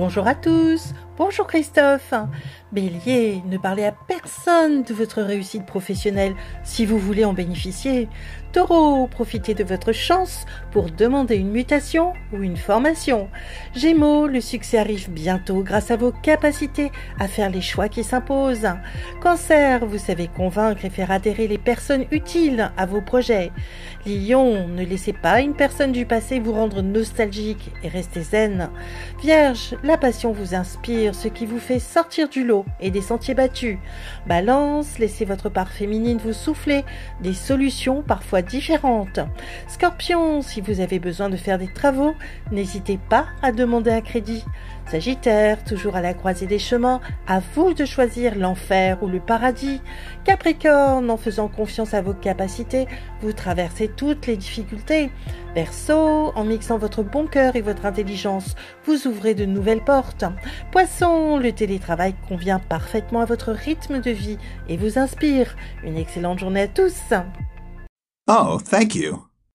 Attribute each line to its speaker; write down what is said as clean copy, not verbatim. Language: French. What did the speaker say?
Speaker 1: Bonjour à tous, bonjour Christophe. Bélier, ne parlez à personne de votre réussite professionnelle si vous voulez en bénéficier. Taureau, profitez de votre chance pour demander une mutation ou une formation. Gémeaux, le succès arrive bientôt grâce à vos capacités à faire les choix qui s'imposent. Cancer, vous savez convaincre et faire adhérer les personnes utiles à vos projets. Lion, ne laissez pas une personne du passé vous rendre nostalgique et restez zen. Vierge, la passion vous inspire, ce qui vous fait sortir du lot et des sentiers battus. Balance, laissez votre part féminine vous souffler des solutions parfois différentes. Scorpion, si vous avez besoin de faire des travaux, n'hésitez pas à demander un crédit. Sagittaire, toujours à la croisée des chemins, à vous de choisir l'enfer ou le paradis. Capricorne, en faisant confiance à vos capacités, vous traversez toutes les difficultés. Verseau, en mixant votre bon cœur et votre intelligence, vous ouvrez de nouvelles portes. Poisson, le télétravail convient parfaitement à votre rythme de vie et vous inspire. Une excellente journée à tous.
Speaker 2: Oh, thank you.